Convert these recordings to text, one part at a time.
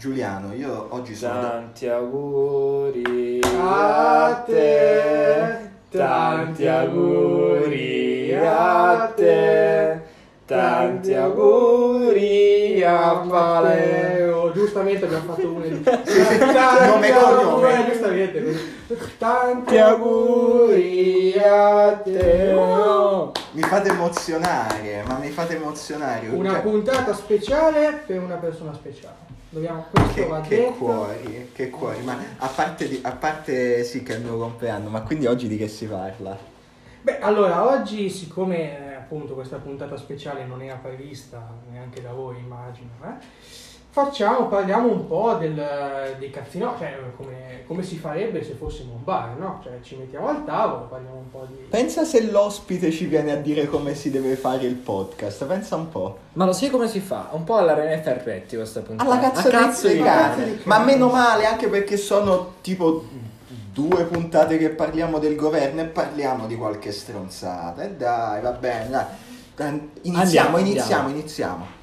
Giuliano, io oggi sono... Tanti auguri a te, tanti auguri a te, tanti auguri a Valeo. Giustamente abbiamo fatto una di Nome e cognome. giustamente. Tanti auguri a te. Mi fate emozionare, ma mi fate emozionare. Una Cioè, puntata speciale per una persona speciale. Dobbiamo, questo va che detto. che cuori, ma a parte sì che è il mio compleanno, ma quindi oggi di che si parla? Beh, allora, oggi, siccome appunto questa puntata speciale non era prevista neanche da voi, immagino, parliamo un po' dei cazzino, cioè come si farebbe se fossimo un bar, no? Cioè ci mettiamo al tavolo, parliamo un po' di... Pensa se l'ospite ci viene a dire come si deve fare il podcast, pensa un po'. Ma lo sai come si fa? Un po' alla René Ferretti questa puntata. Alla cazzo di cane. cane. Ma meno male, anche perché sono tipo 2 puntate che parliamo del governo e parliamo di qualche stronzata. E dai, va bene, dai. Iniziamo.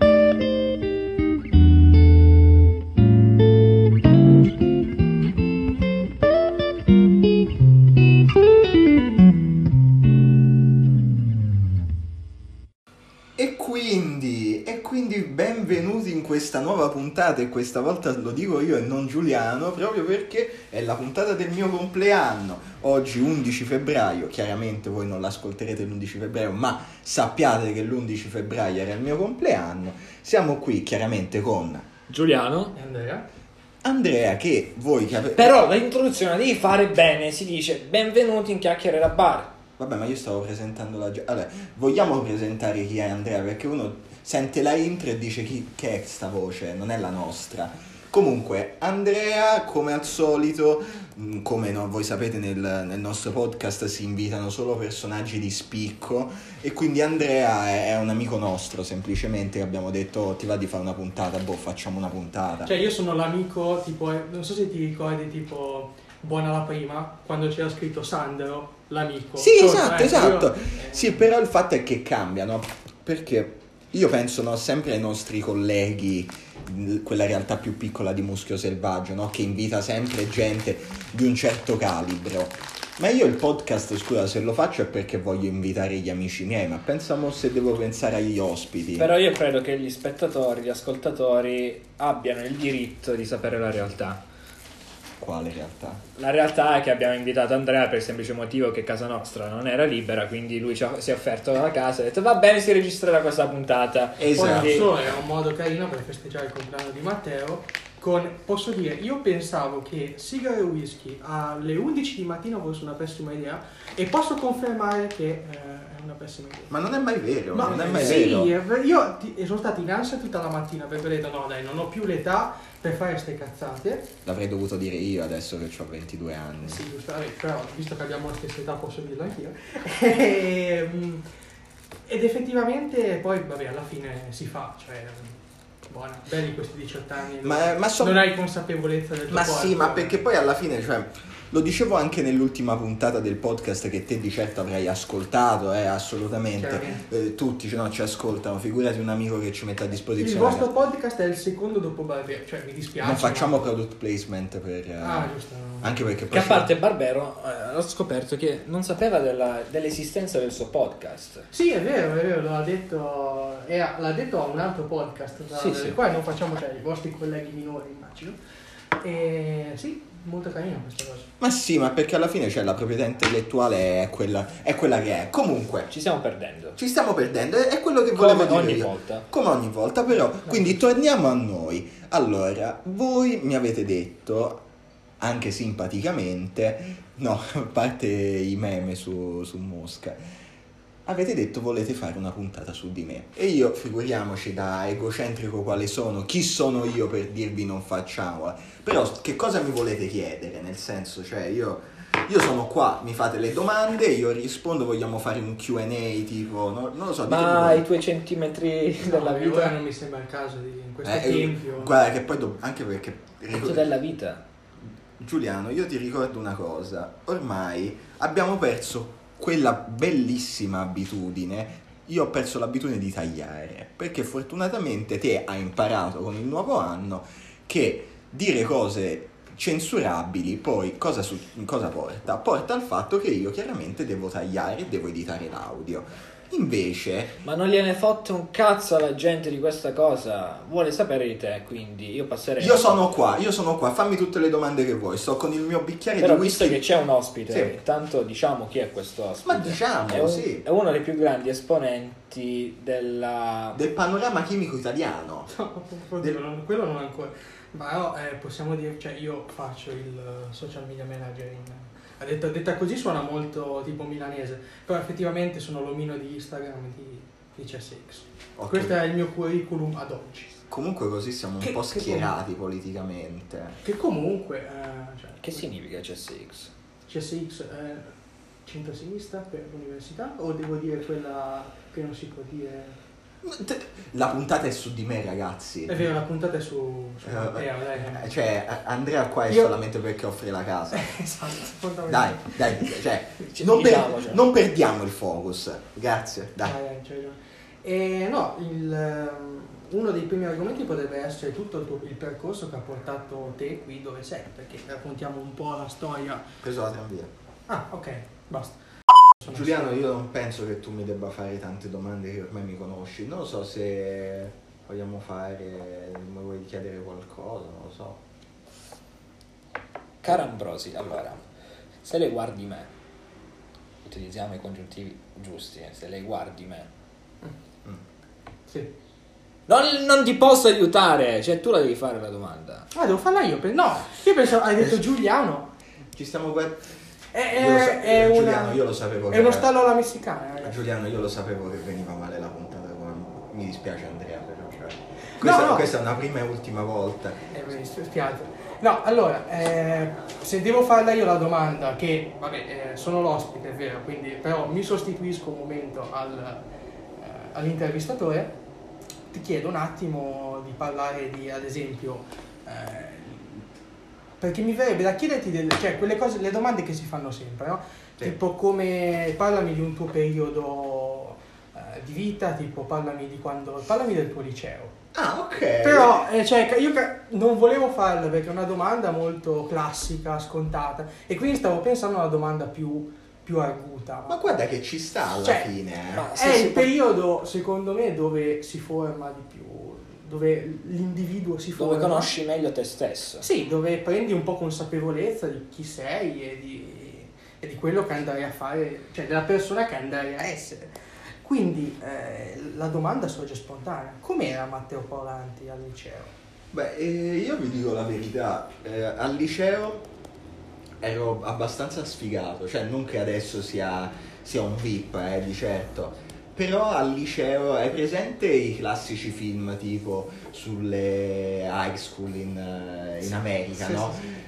E quindi benvenuti in questa nuova puntata, e questa volta lo dico io e non Giuliano, proprio perché è la puntata del mio compleanno. Oggi 11 febbraio, chiaramente voi non l'ascolterete l'11 febbraio, ma sappiate che l'11 febbraio era il mio compleanno. Siamo qui chiaramente con Giuliano. Andrea, che voi che avete... Però l'introduzione la devi fare bene, si dice benvenuti in Chiacchiere da Bar. Vabbè, ma io stavo presentando la... Allora, vogliamo presentare chi è Andrea? Perché uno sente la intro e dice che è sta voce, non è la nostra. Comunque, Andrea, come al solito, come voi sapete nel nostro podcast si invitano solo personaggi di spicco, e quindi Andrea è un amico nostro, semplicemente, che abbiamo detto "Oh, ti va di fare una puntata? Boh, facciamo una puntata". Cioè io sono l'amico, tipo, non so se ti ricordi, tipo, Buona la prima, quando c'era scritto Sandro, l'amico. Sì, Cioè, esatto. io- Sì, però il fatto è che cambiano, perché io penso, no, sempre ai nostri colleghi, quella realtà più piccola di Muschio Selvaggio, no, che invita sempre gente di un certo calibro. Ma io il podcast, scusa, se lo faccio è perché voglio invitare gli amici miei, ma pensiamo se devo pensare agli ospiti. Però io credo che gli spettatori, gli ascoltatori abbiano il diritto di sapere la realtà. Quale realtà? La realtà è che abbiamo invitato Andrea per il semplice motivo che casa nostra non era libera, quindi lui si è offerto la casa e ha detto va bene, si registrerà questa puntata. Poi non Esatto. solo, era un modo carino per festeggiare il compleanno di Matteo. Posso dire, io pensavo che sigaro e whisky alle 11 di mattina fosse una pessima idea, e posso confermare che è una pessima idea. Ma non è mai vero, No, non è mai sì, vero. io sono stato in ansia tutta la mattina perché ho detto no dai, non ho più l'età per fare ste cazzate. L'avrei dovuto dire io adesso che ho 22 anni. Sì, giustamente, però visto che abbiamo la stessa età posso dirlo anch'io. Ed effettivamente poi, vabbè, alla fine si fa, cioè, buona, belli questi 18 anni, non hai consapevolezza del tuo Ma corpo. sì, ma perché poi alla fine, cioè, lo dicevo anche nell'ultima puntata del podcast che te di certo avrai ascoltato, assolutamente. Chiaramente. Tutti ci ascoltano, figurati un amico che ci mette a Il disposizione. vostro podcast è il secondo dopo Barbero, cioè mi dispiace. Non facciamo ma... product placement per... giusto. Anche perché Che poi... a parte Barbero, ho scoperto che non sapeva dell'esistenza del suo podcast. Sì, è vero, l'ha detto a un altro podcast, Sì. qua non facciamo, cioè, i vostri colleghi minori, immagino. E sì, molto carino questa cosa. Ma sì, ma perché alla fine, cioè, la proprietà intellettuale è quella che è. Comunque, Ci stiamo perdendo. ci stiamo perdendo, è quello che Come volevo dire ogni io. volta. Come ogni volta, però. Quindi torniamo a noi. Allora, voi mi avete detto, anche simpaticamente, no, a parte i meme su Mosca, avete detto volete fare una puntata su di me. E io, figuriamoci, da egocentrico quale sono, chi sono io per dirvi non facciamola? Però che cosa mi volete chiedere? Nel senso, cioè, io sono qua, mi fate le domande, io rispondo, vogliamo fare un Q&A tipo, non lo so. Ma ditemi i tuoi centimetri No, della ora vita? non mi sembra il caso in questo voi. tempio. Guarda che poi, anche perché... Tutto della vita. Giuliano, io ti ricordo una cosa, ormai abbiamo perso quella bellissima abitudine, io ho perso l'abitudine di tagliare, perché fortunatamente te hai imparato con il nuovo anno che dire cose censurabili poi cosa porta? Porta al fatto che io chiaramente devo tagliare e devo editare l'audio. Invece Ma non gliene fotte un cazzo alla gente di questa cosa. Vuole sapere di te, quindi io passerei. io sono qua, fammi tutte le domande che vuoi. Sto con il mio bicchiere Però di visto whisky. che c'è un ospite, Sì. intanto diciamo chi è questo ospite. Ma diciamo, È uno dei più grandi esponenti del panorama chimico italiano. Oddio, quello non ancora. Ma no, possiamo dire, cioè io faccio il social media manager detta così suona molto tipo milanese, però effettivamente sono l'omino di Instagram di CSX. Ok. Questo è il mio curriculum ad oggi. Comunque così siamo un po' schierati politicamente. Che comunque... cioè, Che significa CSX? CSX centro-sinistra per l'università o devo dire quella che non si può dire? La puntata è su di me, ragazzi. È vero, la puntata è su Matteo, dai. Cioè, Andrea qua è Io- solamente perché offre la casa. Esatto, Dai, cioè, Diciamocelo. non perdiamo il focus. Grazie, dai. c'hai ragione. E no, uno dei primi argomenti potrebbe essere tutto il percorso che ha portato te qui dove sei, perché raccontiamo un po' la storia. Ho preso la tranvia. Ah, ok, basta. Giuliano, io non penso che tu mi debba fare tante domande che ormai mi conosci. Non lo so se vogliamo fare, mi vuoi chiedere qualcosa, non lo so. Caro Ambrosi, allora, se lei guardi me, utilizziamo i congiuntivi giusti, se lei guardi me, Sì. non ti posso aiutare, cioè tu la devi fare la domanda. Ah, devo farla io? No, io pensavo, hai detto Giuliano. Ci stiamo guardando. Giuliano, io lo sapevo è che uno era- stallo alla messicana, ragazzi. Giuliano, io lo sapevo che veniva male la puntata. Mi dispiace, Andrea, però. Cioè, No. questa è una prima e ultima volta. Mi spiace. No, allora, se devo farla io la domanda, che vabbè, sono l'ospite, è vero, quindi però mi sostituisco un momento all'intervistatore, ti chiedo un attimo di parlare di, ad esempio, perché mi verrebbe da chiederti cioè quelle cose, le domande che si fanno sempre, no? Sì. Tipo come, parlami di un tuo periodo di vita, tipo parlami del tuo liceo. Ah, ok. Però cioè, io non volevo farla perché è una domanda molto classica, scontata, e quindi stavo pensando a una domanda più arguta. Ma guarda che ci sta alla Cioè, fine. ma- È il periodo, secondo me, dove si forma di più, dove l'individuo si forma. Dove conosci meglio te stesso. Sì, dove prendi un po' consapevolezza di chi sei e di quello che andrai a fare, cioè della persona che andrai a essere. Quindi la domanda sorge spontanea. Com'era Matteo Paulanti al liceo? Beh, io vi dico la verità, al liceo ero abbastanza sfigato, cioè non che adesso sia un VIP, di certo, però al liceo hai presente i classici film tipo sulle high school in America, Sì, no? sì, sì.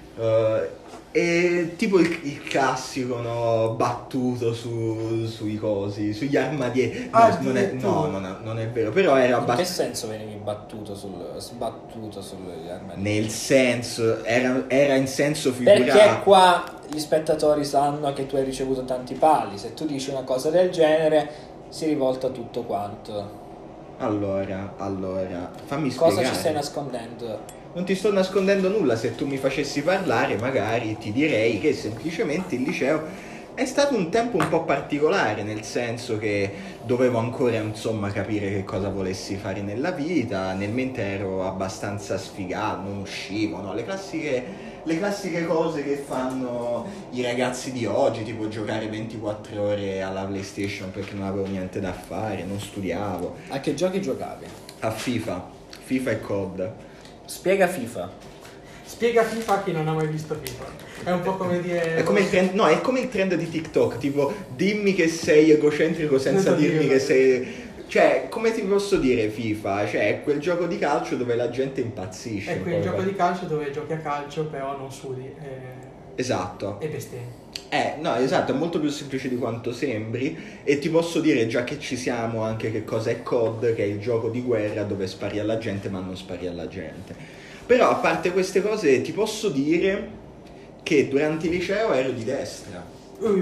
E tipo il classico, no, battuto sui cosi, sugli armadieri. No, non è vero, però era In che abbastanza. senso venivi sbattuto sugli armadi? Nel senso, era in senso figurato. Perché qua gli spettatori sanno che tu hai ricevuto tanti pali, se tu dici una cosa del genere si rivolta tutto quanto. Allora, fammi spiegare. Cosa ci stai nascondendo? Non ti sto nascondendo nulla, se tu mi facessi parlare magari ti direi che semplicemente il liceo è stato un tempo un po' particolare, nel senso che dovevo ancora insomma capire che cosa volessi fare nella vita, nel mentre ero abbastanza sfigato, non uscivo, no? Le classiche cose che fanno i ragazzi di oggi, tipo giocare 24 ore alla PlayStation perché non avevo niente da fare, non studiavo, A che giochi giocavi? a FIFA e COD. Spiega FIFA. Spiega FIFA a chi non ha mai visto FIFA. È un po' come dire... È come il trend, no, è come il trend di TikTok, tipo dimmi che sei egocentrico senza Non dirmi dirlo. che sei. Cioè, come ti posso dire FIFA? Cioè, è quel gioco di calcio dove la gente impazzisce. È quel gioco di calcio dove giochi a calcio però non sudi Esatto. e bestemmi. No, esatto, è molto più semplice di quanto sembri. E ti posso dire, già che ci siamo, anche che cosa è COD, che è il gioco di guerra dove spari alla gente ma non spari alla gente. Però, a parte queste cose, ti posso dire che durante il liceo ero di destra.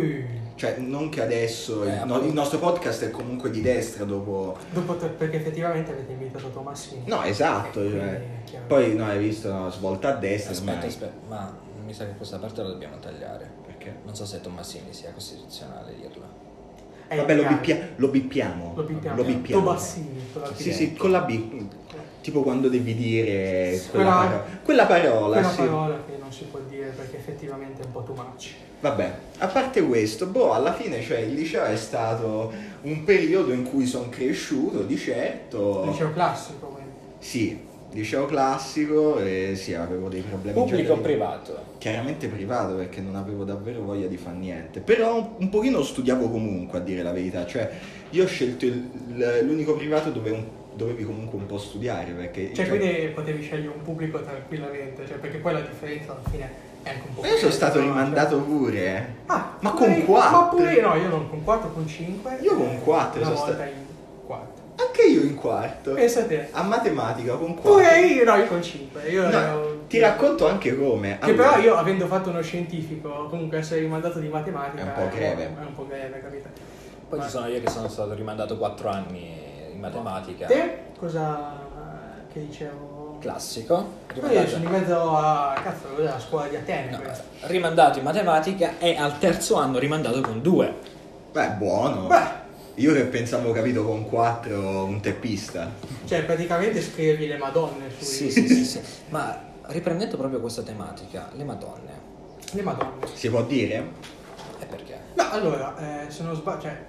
Cioè, non che adesso il nostro podcast è comunque di destra dopo Perché effettivamente avete invitato Tomassini. No, esatto, cioè. Poi no, hai visto, no, svolta a destra. Aspetta, ma mi sa che questa parte la dobbiamo tagliare. Perché? Non so se Tomassini sia costituzionale dirla. Vabbè, lo bippiamo. Tomassini. Sì, con la B. Tipo quando devi dire quella parola. Quella sì. parola che non si può dire perché effettivamente è un po' too much. Vabbè, a parte questo, alla fine, cioè, il liceo è stato un periodo in cui sono cresciuto, di certo. Liceo classico, quindi. Sì, liceo classico e sì, avevo dei problemi. Pubblico o privato? Chiaramente privato, perché non avevo davvero voglia di fare niente. Però un pochino studiavo comunque, a dire la verità. Cioè, io ho scelto l'unico privato dove dovevi comunque un po' studiare, perché... Cioè, quindi potevi scegliere un pubblico tranquillamente, cioè, perché poi la differenza alla fine è anche un po'... Io sono stato rimandato pure, Ah, ma pure, con 4. Ma pure io, no, io non con 4, con 5. Io con 4 una sono volta stato... in 4. Anche io in quarto. Pensa te. A matematica con 4. Pure io, no, io con 5. Ti racconto anche come. Che però io, avendo fatto uno scientifico, comunque essere rimandato di matematica è un po' greve. È un po' greve, capito? Poi ci sono io che sono stato rimandato 4 anni in matematica. Te? Cosa che dicevo? Classico. Io sono in mezzo a cazzo, la scuola di Atene. No, questa. rimandato in matematica e al terzo anno rimandato con 2. Beh, buono. Beh. Io che pensavo, capito, con 4 un teppista. Cioè, praticamente scrivi le Madonne sui... Sì. Ma riprendendo proprio questa tematica, le Madonne. Le Madonne. Si può dire? E perché? No, allora, se non sbaglio, cioè,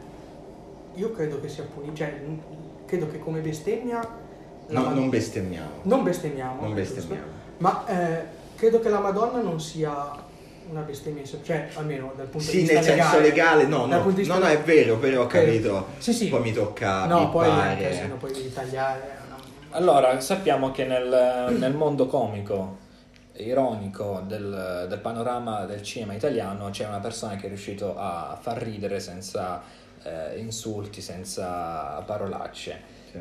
io credo che sia punito, cioè, credo che come bestemmia... Non bestemmiamo. Non bestemmiamo. Non giusto? bestemmiamo. Ma credo che la Madonna non sia una bestemmia, cioè, almeno dal punto di Sì, vista nel senso legale, no, è vero, però ho capito. Sì. Poi mi tocca no, poi bippare. poi devi tagliare. No. Allora, sappiamo che nel mondo comico, ironico del panorama del cinema italiano c'è una persona che è riuscito a far ridere senza insulti, senza parolacce. Sì.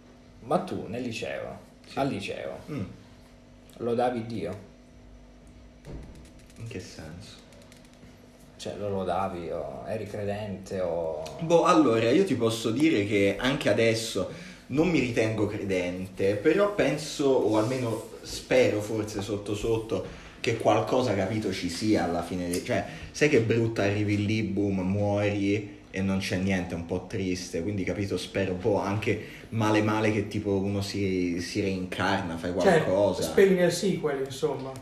Ma tu nel liceo, al liceo, lodavi Dio? In che senso? Cioè lo lodavi o eri credente o... Allora, io ti posso dire che anche adesso non mi ritengo credente, però penso, o almeno spero forse sotto che qualcosa, capito, ci sia alla fine. Cioè, sai che brutta, arrivi lì, boom, muori e non c'è niente, è un po' triste, quindi capito, spero anche male che tipo uno si reincarna, fai qualcosa. Cioè, speri nel sequel, insomma.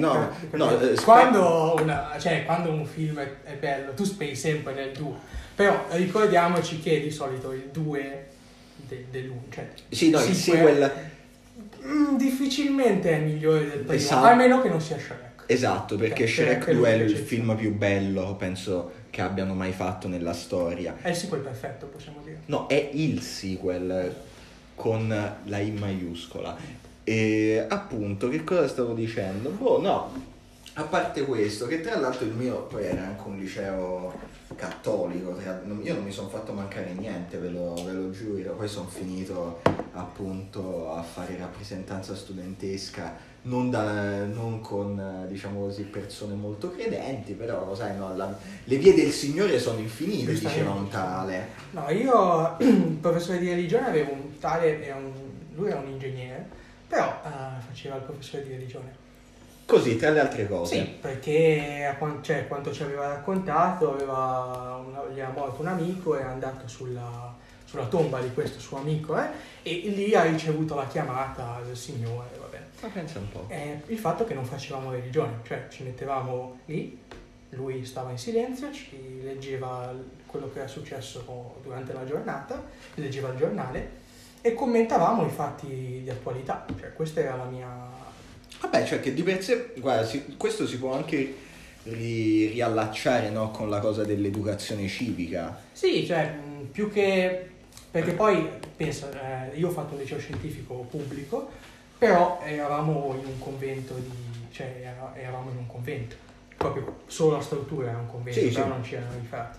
Quando un film è bello, tu speri sempre nel 2, però ricordiamoci che di solito il 2 dell'1, cioè sì, no, il sequel difficilmente è migliore del primo, esatto. Almeno che non sia Shrek. Esatto, perché Shrek 2 è il film più bello, penso, che abbiano mai fatto nella storia. È il sequel perfetto, possiamo dire. No, è il sequel con la I maiuscola. E appunto, che cosa stavo dicendo? A parte questo, che tra l'altro il mio poi era anche un liceo cattolico, io non mi sono fatto mancare niente, ve lo giuro. Poi sono finito appunto a fare rappresentanza studentesca, non con, diciamo così, persone molto credenti, però sai, no, le vie del Signore sono infinite, diceva un tale. No, io il professore di religione avevo un tale, lui era un ingegnere, però faceva il professore di religione. Così, tra le altre cose. Sì, perché quanto ci aveva raccontato, gli era morto un amico, è andato sulla tomba di questo suo amico e lì ha ricevuto la chiamata del Signore, vabbè. Ma pensa un po'. Il fatto che non facevamo religione, cioè ci mettevamo lì, lui stava in silenzio, ci leggeva quello che era successo durante la giornata, leggeva il giornale e commentavamo i fatti di attualità, cioè questa era la mia... Vabbè, cioè che di per sé, guarda, questo si può anche riallacciare, no, con la cosa dell'educazione civica. Sì, cioè, più che... Perché poi, pensa, io ho fatto un liceo scientifico pubblico, però eravamo in un convento eravamo in un convento, proprio solo la struttura era un convento, sì, però sì. Non c'erano i frati.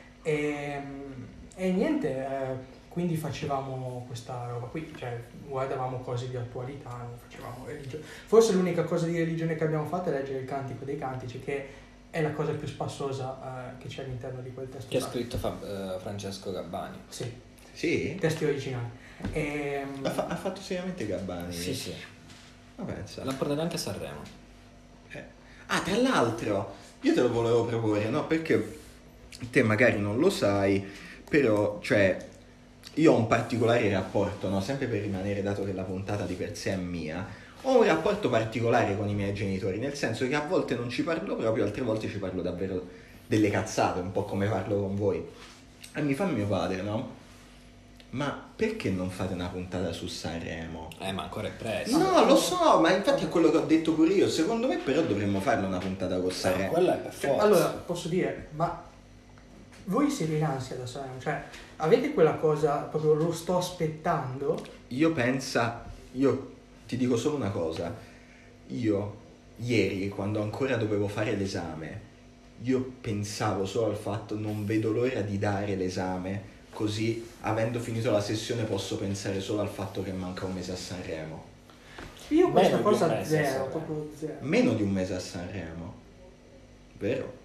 E niente... Quindi facevamo questa roba qui, cioè guardavamo cose di attualità, non facevamo religione. Forse l'unica cosa di religione che abbiamo fatto è leggere il Cantico dei Cantici, che è la cosa più spassosa che c'è all'interno di quel testo. Che ha scritto Francesco Gabbani. Sì, Sì? testi originali. Ha fatto seriamente Gabbani? Sì. Ma pensa. L'ha portato anche a Sanremo. Ah, tra l'altro, io te lo volevo proporre, no? Perché te magari non lo sai, però, cioè, io ho un particolare rapporto, no? Sempre per rimanere, dato che la puntata di per sé è mia, ho un rapporto particolare con i miei genitori, nel senso che a volte non ci parlo proprio, altre volte ci parlo davvero delle cazzate, un po' come parlo con voi. E mi fa mio padre, no? Ma perché non fate una puntata su Sanremo? Ma ancora è presto. No, lo so, ma infatti è quello che ho detto pure io. Secondo me però dovremmo farla una puntata con Sanremo. Quella è per forza. Allora, posso dire, ma voi siete in ansia da Sanremo? Cioè, avete quella cosa, proprio lo sto aspettando? Io ti dico solo una cosa. Io, ieri, quando ancora dovevo fare l'esame, io pensavo solo al fatto non vedo l'ora di dare l'esame, così avendo finito la sessione posso pensare solo al fatto che manca un mese a Sanremo. Io questa Meno di un cosa mese a zero, Sanremo. proprio zero. Meno di un mese a Sanremo. Vero?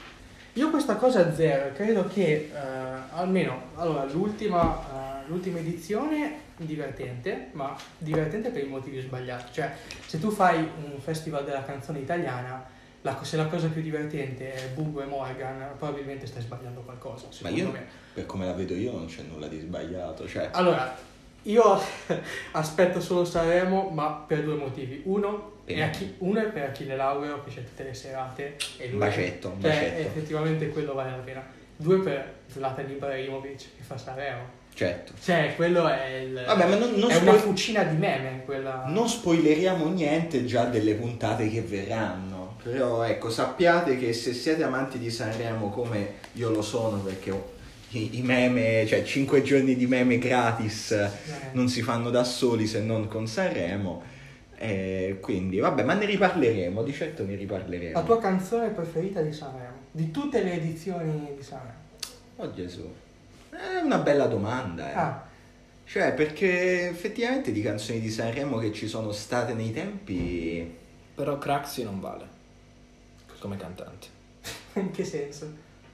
Io questa cosa zero, credo che almeno, allora, l'ultima edizione divertente, ma divertente per i motivi sbagliati. Cioè, se tu fai un festival della canzone italiana, se la cosa più divertente è Bugo e Morgan, probabilmente stai sbagliando qualcosa, Ma secondo io, me. per come la vedo io, non c'è nulla di sbagliato. Cioè, Allora, io aspetto solo Sanremo, ma per due motivi. Uno è per Achille Lauro, che c'è tutte le serate. E un bacetto. effettivamente quello vale la pena. Due per Zlatan Ibrahimovic, che fa Sanremo. Certo. Cioè, quello è Vabbè, ma non è una fucina di meme, quella. Non spoileriamo niente già delle puntate che verranno. Però ecco, sappiate che se siete amanti di Sanremo come io lo sono, perché i meme, cioè 5 giorni di meme gratis non si fanno da soli se non con Sanremo. Quindi vabbè, ma ne riparleremo, di certo ne riparleremo. La tua canzone preferita di Sanremo? Di tutte le edizioni di Sanremo? Oh Gesù, è una bella domanda, Ah, Cioè, perché effettivamente di canzoni di Sanremo che ci sono state nei tempi... Però Craxi non vale come cantante. in che senso?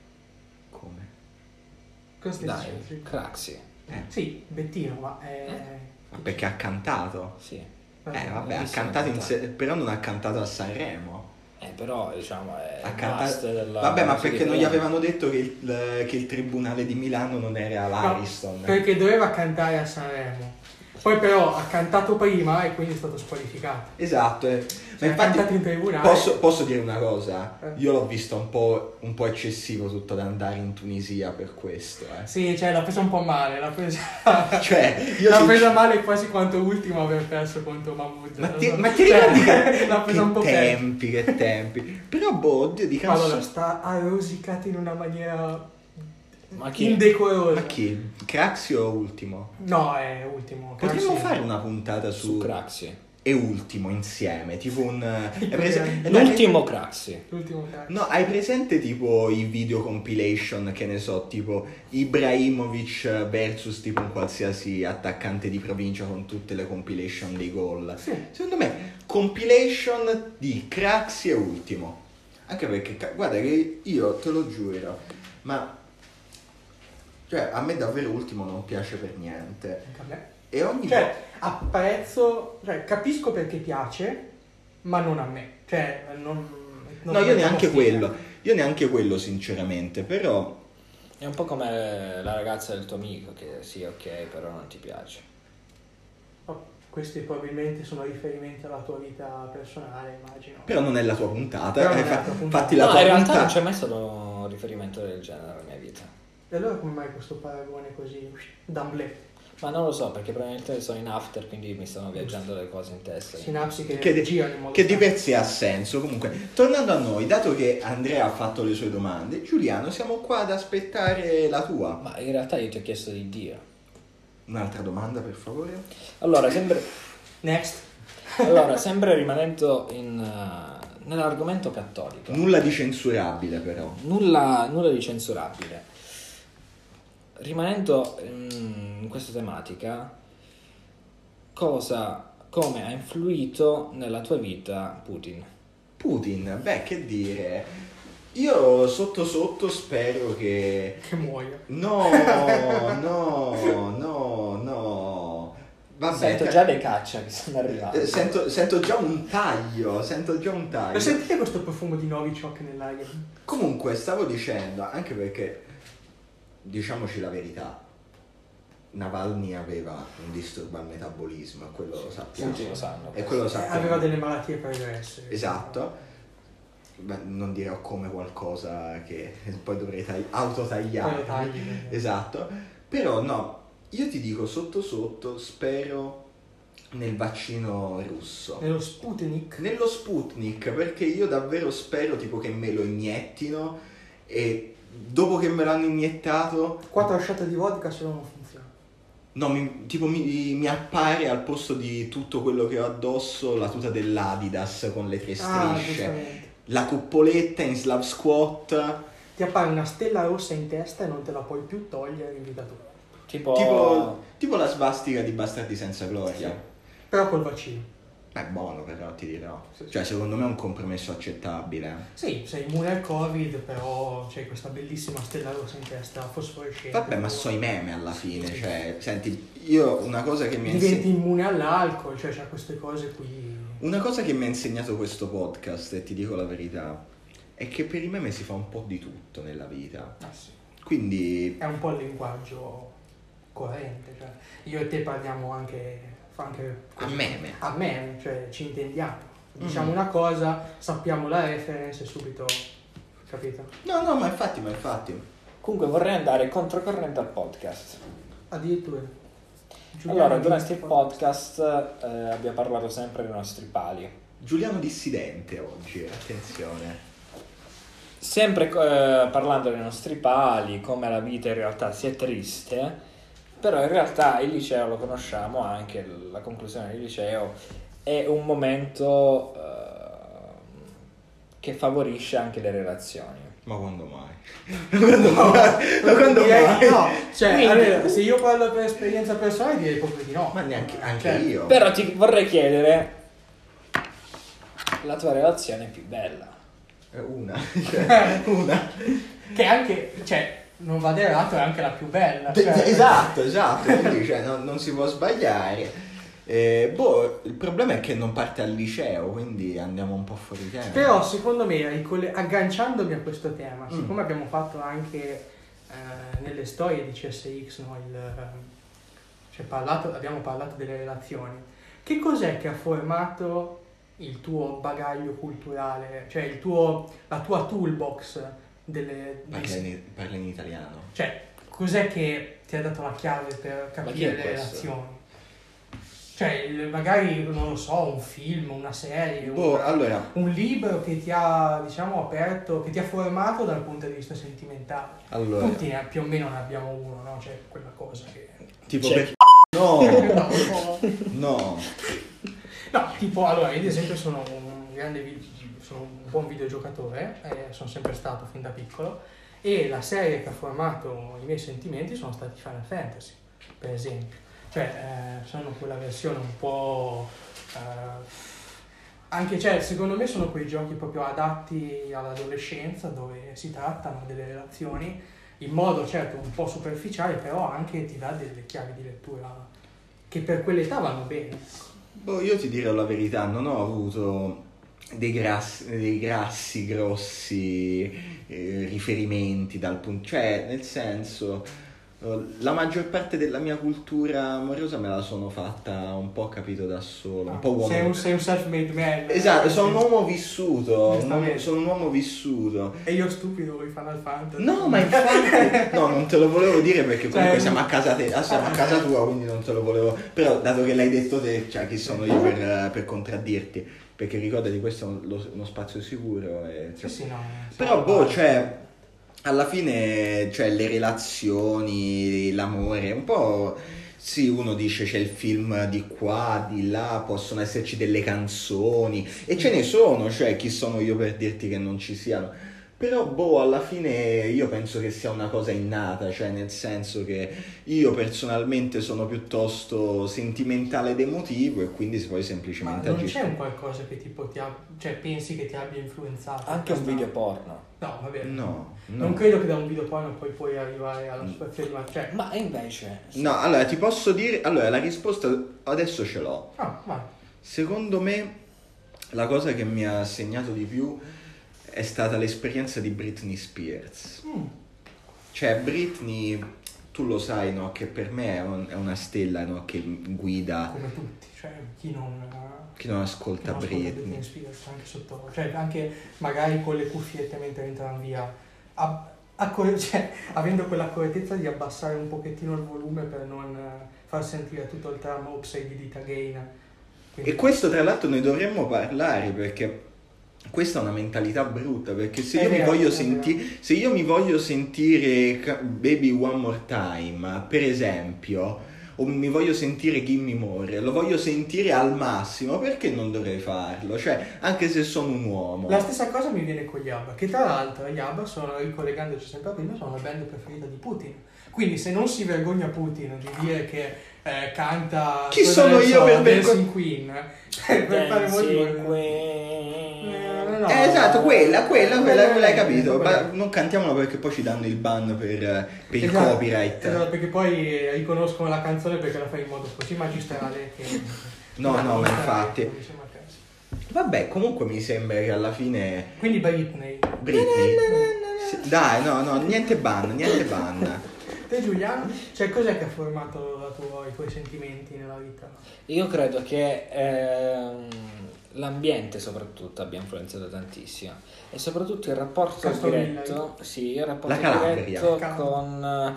Come? Cosa stai Dai, dicendo? Craxi. Sì, Bettino, ma Ma perché ha cantato? Sì. Vabbè, ha bellissima cantato cantante. però non ha cantato a Sanremo. Però diciamo è Ha il cantato... must della Vabbè, ma musica perché non gli italiana. avevano detto che il Tribunale di Milano non era l'Ariston? perché doveva cantare a Sanremo. Poi però ha cantato prima e quindi è stato squalificato. Esatto, Ma Ha infatti cantato in tribunale. posso dire una cosa? Io l'ho visto un po' eccessivo tutto da andare in Tunisia per questo, Sì, cioè l'ha presa un po' male, l'ha presa Cioè, io l'ha presa male quasi quanto ultimo aver perso contro Mahmood. Ma ti Cioè, ricordi che l'ha presa un po' peggio. che tempi. Però oddio, di canzoni... Allora, sta a rosicata in una maniera Ma chi? indecorosa. Ma chi? Craxi o Ultimo? No, è ultimo. Potremmo Craxi. fare una puntata Su Craxi. e Ultimo insieme, tipo un... L'ultimo Craxi. L'ultimo Craxi. No, hai presente tipo i video compilation, che ne so, tipo Ibrahimovic versus tipo un qualsiasi attaccante di provincia con tutte le compilation dei gol? Sì. Secondo me compilation di Craxi e Ultimo. Anche perché, guarda che io te lo giuro, ma... Cioè, a me davvero Ultimo non piace per niente. Anche a me. E ogni Cioè, apprezzo, cioè, capisco perché piace, ma non a me. Cioè, non No, io neanche stile. quello. Io neanche quello, sinceramente, però... È un po' come la ragazza del tuo amico che sì, ok, però non ti piace. Oh, questi probabilmente sono riferimenti alla tua vita personale, immagino. Però non è la tua puntata. Però non è la tua puntata. Infatti la No, tua in realtà puntata... non c'è mai stato un riferimento del genere nella mia vita. E allora come mai questo paragone così d'amblè? Ma non lo so, perché probabilmente sono in after, quindi mi stanno viaggiando le cose in testa. Sinapsi che Che girano in modo di strano. per sé ha senso. Comunque, tornando a noi, dato che Andrea ha fatto le sue domande, Giuliano, siamo qua ad aspettare la tua. Ma in realtà io ti ho chiesto di Dio. Un'altra domanda, per favore? Allora, sempre Next. rimanendo nell'argomento cattolico. Nulla di censurabile, però. Nulla di censurabile. Rimanendo in questa tematica, come ha influito nella tua vita Putin? Putin, beh, che dire... Io sotto sotto spero che muoia. No. Vabbè, Sento già dei caccia che sono arrivati. sento già un taglio. Lo sentite questo profumo di Novichok nell'aria? Comunque, stavo dicendo, anche perché, diciamoci la verità, Navalny aveva un disturbo al metabolismo, e quello lo sappiamo. Tutti lo sanno. E quello lo sappiamo. Aveva delle malattie pregresse. Esatto. Beh, non dirò come qualcosa che poi dovrei autotagliare. Esatto. Però no, io ti dico sotto sotto, spero nel vaccino russo. Nello Sputnik? Nello Sputnik, perché io davvero spero tipo che me lo iniettino e dopo che me l'hanno iniettato 4 shot di vodka se non funziona. no, mi appare al posto di tutto quello che ho addosso la tuta dell'Adidas con le 3 strisce, la cuppoletta in Slav Squat. Ti appare una stella rossa in testa e non te la puoi più togliere in vita tua. Tipo la svastica di Bastardi senza gloria. Sì. Però col vaccino. È buono, però ti dirò. Sì. Cioè, secondo me è un compromesso accettabile. Sì, sei immune al Covid, però c'è questa bellissima stella rossa in testa, fosforescente. Vabbè, ma so i meme alla fine. Cioè, senti, io una cosa che mi ha diventi immune all'alcol, cioè c'ha queste cose qui. Una cosa che mi ha insegnato questo podcast, e ti dico la verità, è che per i meme si fa un po' di tutto nella vita. Ah, sì. Quindi È un po' il linguaggio corrente, cioè io e te parliamo anche a meme, cioè ci intendiamo. Diciamo una cosa, sappiamo la reference e subito, capito? No, ma infatti. Comunque vorrei andare controcorrente al podcast. Addirittura. Allora, durante il podcast abbiamo parlato sempre dei nostri pali. Giuliano dissidente oggi, attenzione. Sempre parlando dei nostri pali, come la vita in realtà sia triste, però in realtà il liceo lo conosciamo anche, la conclusione del liceo è un momento che favorisce anche le relazioni. Ma quando mai? Ma quando mai? No, cioè, Quindi, allora, se io parlo per esperienza personale direi proprio di no. Ma neanche anche Cioè, io. Però ti vorrei chiedere la tua relazione più bella. Una. Che anche, cioè, non va derato, è anche la più bella. Cioè. Esatto, quindi cioè, non si può sbagliare. Il problema è che non parte al liceo, quindi andiamo un po' fuori tema. Però secondo me, agganciandomi a questo tema, siccome abbiamo fatto anche nelle storie di CSX, no, abbiamo parlato delle relazioni, che cos'è che ha formato il tuo bagaglio culturale, cioè la tua toolbox Parla in italiano. Cioè, cos'è che ti ha dato la chiave per capire le relazioni? Cioè, magari, non lo so, un film, una serie, un libro che ti ha, diciamo, aperto, che ti ha formato dal punto di vista sentimentale. Allora. Tutti più o meno ne abbiamo uno, no? Cioè, quella cosa che... Tipo C'è No. No, tipo, allora, io ad esempio sono sono un buon videogiocatore, sono sempre stato fin da piccolo, e la serie che ha formato i miei sentimenti sono stati Final Fantasy, per esempio. Cioè, sono quella versione un po'... anche, cioè, secondo me sono quei giochi proprio adatti all'adolescenza, dove si trattano delle relazioni in modo, certo, un po' superficiale, però anche ti dà delle chiavi di lettura che per quell'età vanno bene. Io ti dirò la verità, non ho avuto dei grossi riferimenti dal punto, cioè nel senso la maggior parte della mia cultura amorosa me la sono fatta un po', capito, da solo, un po' uomo. Sei un self-made man. Esatto, sono un uomo vissuto, sono un uomo vissuto. E io stupido con i Final Fantasy. No, ma infatti no, non te lo volevo dire perché comunque siamo a casa siamo a casa tua, quindi non te lo volevo. Però dato che l'hai detto te, cioè chi sono io per contraddirti? Perché ricordati, questo è uno spazio sicuro e, cioè. Sì, no. Però cioè alla fine, cioè, le relazioni, l'amore, un po'. Sì, uno dice c'è il film di qua, di là, possono esserci delle canzoni e ce ne sono, cioè chi sono io per dirti che non ci siano. Però boh, alla fine io penso che sia una cosa innata, cioè nel senso che io personalmente sono piuttosto sentimentale ed emotivo e quindi poi Ma semplicemente non agisco. c'è un qualcosa che tipo cioè pensi che ti abbia influenzato? Anche un Questa- video porno. No, vabbè. No, Non no. credo che da un video porno poi puoi arrivare alla situazione di... Cioè... Ma invece... No, allora ti posso dire, allora la risposta adesso ce l'ho. Ah, vai. Secondo me la cosa che mi ha segnato di più è stata l'esperienza di Britney Spears. Cioè Britney, tu lo sai, no, che per me è una stella, no, che guida Come tutti, cioè chi non ascolta Britney. Spears, anche sotto, cioè anche magari con le cuffiette mentre entrano via, cioè, avendo quell'accuratezza di abbassare un pochettino il volume per non far sentire tutto il trama Oops, I Did It Again. Quindi- E questo tra l'altro ne dovremmo parlare perché questa è una mentalità brutta, perché se È io, vero, mi voglio è se io mi voglio sentire Baby One More Time, per esempio, o mi voglio sentire Gimme More, lo voglio sentire al massimo, perché non dovrei farlo? Cioè, anche se sono un uomo. La stessa cosa mi viene con gli ABBA, che tra l'altro gli ABBA sono, ricollegandoci sempre a prima, sono la band preferita di Putin. Quindi se non si vergogna Putin di dire che canta... Chi sono io per Dancing Queen? Per fare Dancing No, esatto, quella hai capito, quella. ma non cantiamola perché poi ci danno il ban per il Esatto, copyright. esatto, perché poi riconoscono la canzone perché la fai in modo così magistrale che... No, ma infatti. Mi sembra che- Vabbè, comunque mi sembra che alla fine Quindi Britney. Britney. Sì, dai, no, niente ban. Te Giuliano, cioè cos'è che ha formato i tuoi sentimenti nella vita? Io credo che l'ambiente soprattutto abbia influenzato tantissimo e soprattutto il rapporto Castorvilla, diretto, sì, il rapporto La Calabria. diretto Calabria. con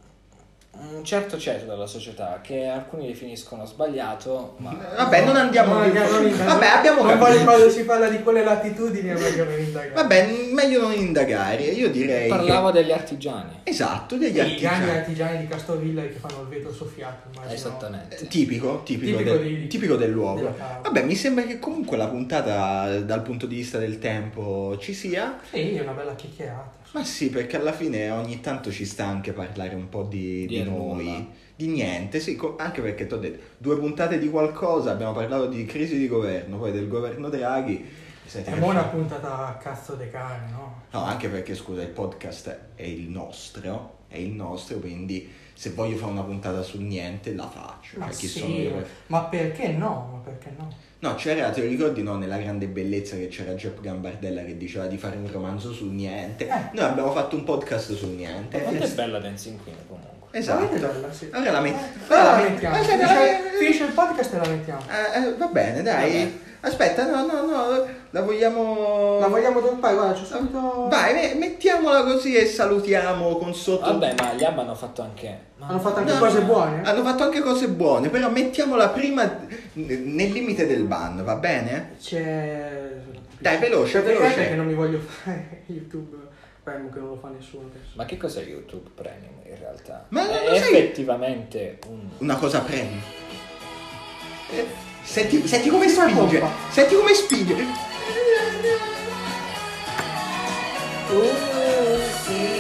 un certo ceto della società che alcuni definiscono sbagliato, ma Vabbè, non andiamo più. Vabbè, abbiamo non voglio capito. quando si parla di quelle latitudini è meglio non indagare. Vabbè, meglio non indagare. Io direi parlavo degli artigiani. esatto, degli I grandi artigiani. artigiani di Castorvilla che fanno il vetro soffiato, immagino. Esattamente. Tipico del luogo. della Calabria. Vabbè, mi sembra che comunque la puntata dal punto di vista del tempo ci sia. Sì, è una bella chiacchierata. Ma sì, perché alla fine ogni tanto ci sta anche parlare un po' di Di noi, nulla. di niente, sì, anche perché ti ho detto, 2 puntate di qualcosa, abbiamo parlato di crisi di governo, poi del governo Draghi. Senti È che buona fa- puntata a cazzo de cane, no? No, anche perché scusa, il podcast è il nostro, quindi se voglio fare una puntata sul niente la faccio. Ma Cioè, chi sì, sono io per- ma perché no? Ma perché no? No, c'era, te lo ricordi, no, nella grande bellezza che c'era Jeff Gambardella che diceva di fare un romanzo sul niente. Noi abbiamo fatto un podcast sul niente. Quanto è bella Dancing Queen comunque. Esatto. Bella, sì. Allora la Ora la mettiamo. Aspetta, Finisce il podcast e la mettiamo. va bene, dai. Vabbè. Aspetta, no, la vogliamo... La vogliamo droppare? Guarda, c'ho subito... Vai, mettiamola così e salutiamo con sotto... Vabbè, ma gli ABBA hanno fatto anche... Hanno fatto anche No, cose buone? Hanno fatto anche cose buone, però mettiamola prima nel limite del ban, va bene? C'è... Dai, veloce. Perché non mi voglio fare YouTube Premium che non lo fa nessuno adesso. Ma che cos'è YouTube Premium in realtà? Ma non è lo sai- effettivamente un... Una cosa premium. Senti come spinge. Senti come spinge. Sì.